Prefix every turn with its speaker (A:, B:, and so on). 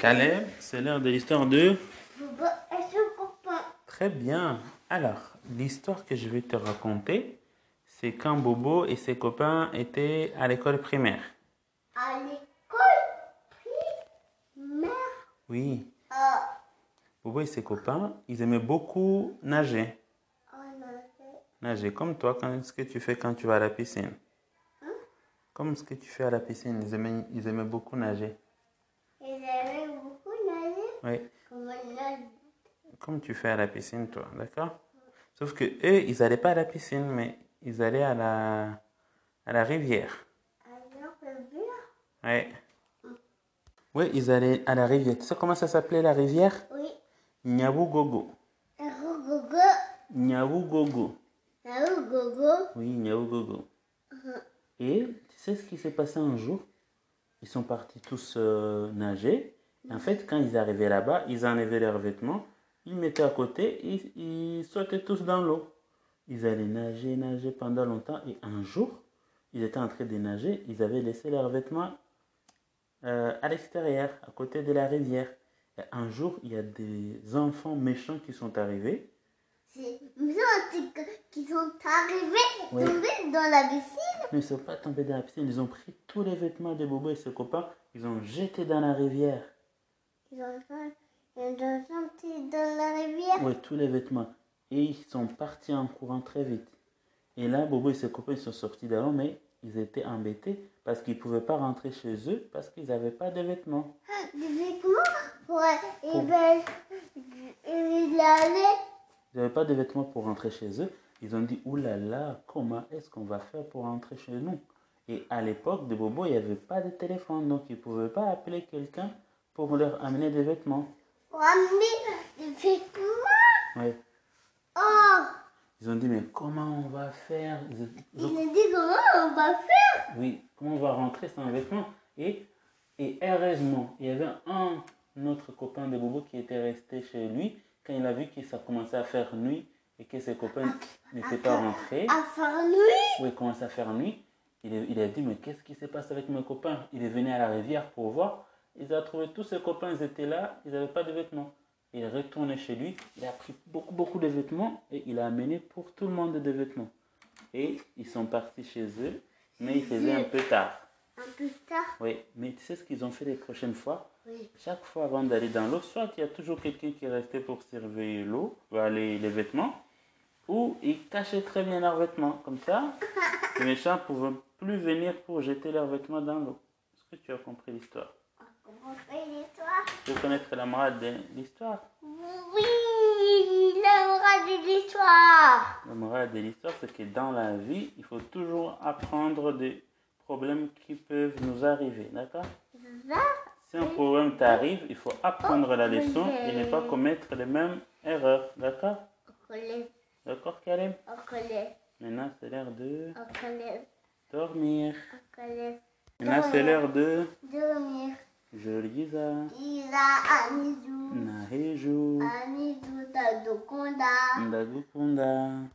A: Caleb, c'est l'heure de l'histoire de...
B: Bobo et son copain.
A: Très bien. Alors, l'histoire que je vais te raconter, c'est quand Bobo et ses copains étaient à l'école primaire.
B: À l'école primaire.
A: Oui,
B: Ah,
A: Bobo et ses copains, ils aimaient beaucoup nager.
B: on a fait.
A: Nager comme toi, ce que tu fais quand tu vas à la piscine.
B: Hein?
A: Comme ce que tu fais à la piscine, ils aimaient beaucoup nager.
B: Ils aimaient beaucoup nager.
A: Oui,
B: Comme on nage.
A: comme tu fais à la piscine, toi, d'accord? Sauf que eux, ils n'allaient pas à la piscine, mais ils allaient à la rivière.
B: Alors, c'est bien.
A: Oui. Oui, ils allaient à la rivière. Tu sais comment ça s'appelait la rivière?
B: Oui.
A: Nyabugogo.
B: Gogo.
A: Nyabugogo.
B: Gogo.
A: Oui, Nyabugogo. Et tu sais ce qui s'est passé un jour? Ils sont partis tous nager. En fait, quand ils arrivaient là-bas, ils enlevaient leurs vêtements, ils mettaient à côté, ils sautaient tous dans l'eau. Ils allaient nager, nager pendant longtemps. Et un jour, ils étaient en train de nager, ils avaient laissé leurs vêtements à l'extérieur, à côté de la rivière. Et un jour, il y a des enfants méchants qui sont arrivés.
B: C'est méchants qui sont arrivés,
A: Oui.
B: tombés dans la piscine.
A: Mais ils ne sont pas tombés dans la piscine, ils ont pris tous les vêtements de Bobo et ses copains, ils ont jeté dans la rivière.
B: Ils ont sorti dans la rivière.
A: Oui, tous les vêtements. Et ils sont partis en courant très vite. Et là, Bobo et ses copains ils sont sortis de l'eau, mais ils étaient embêtés parce qu'ils ne pouvaient pas rentrer chez eux parce qu'ils n'avaient pas de vêtements.
B: Des vêtements? Ouais. Et ben, il allait.
A: Ils n'avaient pas de vêtements pour rentrer chez eux. Ils ont dit, oulala, comment est-ce qu'on va faire pour rentrer chez nous? Et à l'époque de Bobo, il n'y avait pas de téléphone, donc ils ne pouvaient pas appeler quelqu'un pour leur amener des vêtements.
B: Ramener des vêtements?
A: Oui.
B: Oh!
A: Ils ont dit, mais comment on va faire?
B: Il a dit comment on va faire?
A: Oui, comment on va rentrer sans vêtements? Et heureusement, il y avait un autre copain de Bobo qui était resté chez lui. Quand il a vu que ça commençait à faire nuit et que ses copains n'étaient pas rentrés.
B: À faire nuit?
A: Oui, il commençait à faire nuit. Il a dit, mais qu'est-ce qui se passe avec mes copains? Il est venu à la rivière pour voir. Il a trouvé tous ses copains, ils étaient là, ils n'avaient pas de vêtements. Il est retourné chez lui, il a pris beaucoup de vêtements et il a amené pour tout le monde des vêtements. Et ils sont partis chez eux, mais il faisait un peu tard.
B: Un peu tard?
A: Oui, mais tu sais ce qu'ils ont fait les prochaines fois?
B: Oui.
A: Chaque fois avant d'aller dans l'eau, soit il y a toujours quelqu'un qui est resté pour surveiller l'eau, les vêtements, ou ils cachaient très bien leurs vêtements. Comme ça, les méchants ne pouvaient plus venir pour jeter leurs vêtements dans l'eau. Est-ce que tu as compris l'histoire?
B: Comment fait l'histoire?
A: Tu veux connaître la morale de l'histoire?
B: Oui, la morale de l'histoire.
A: La morale de l'histoire, c'est que dans la vie, il faut toujours apprendre des problèmes qui peuvent nous arriver. D'accord? Si un problème t'arrive, il faut apprendre la leçon et ne pas commettre les mêmes erreurs. D'accord? D'accord, Caleb? Maintenant, c'est l'heure de dormir. Maintenant, c'est l'heure de
B: dormir.
A: Joliza.
B: Iza anizu.
A: Naheju.
B: Anizu tadukunda.
A: Ndagukunda.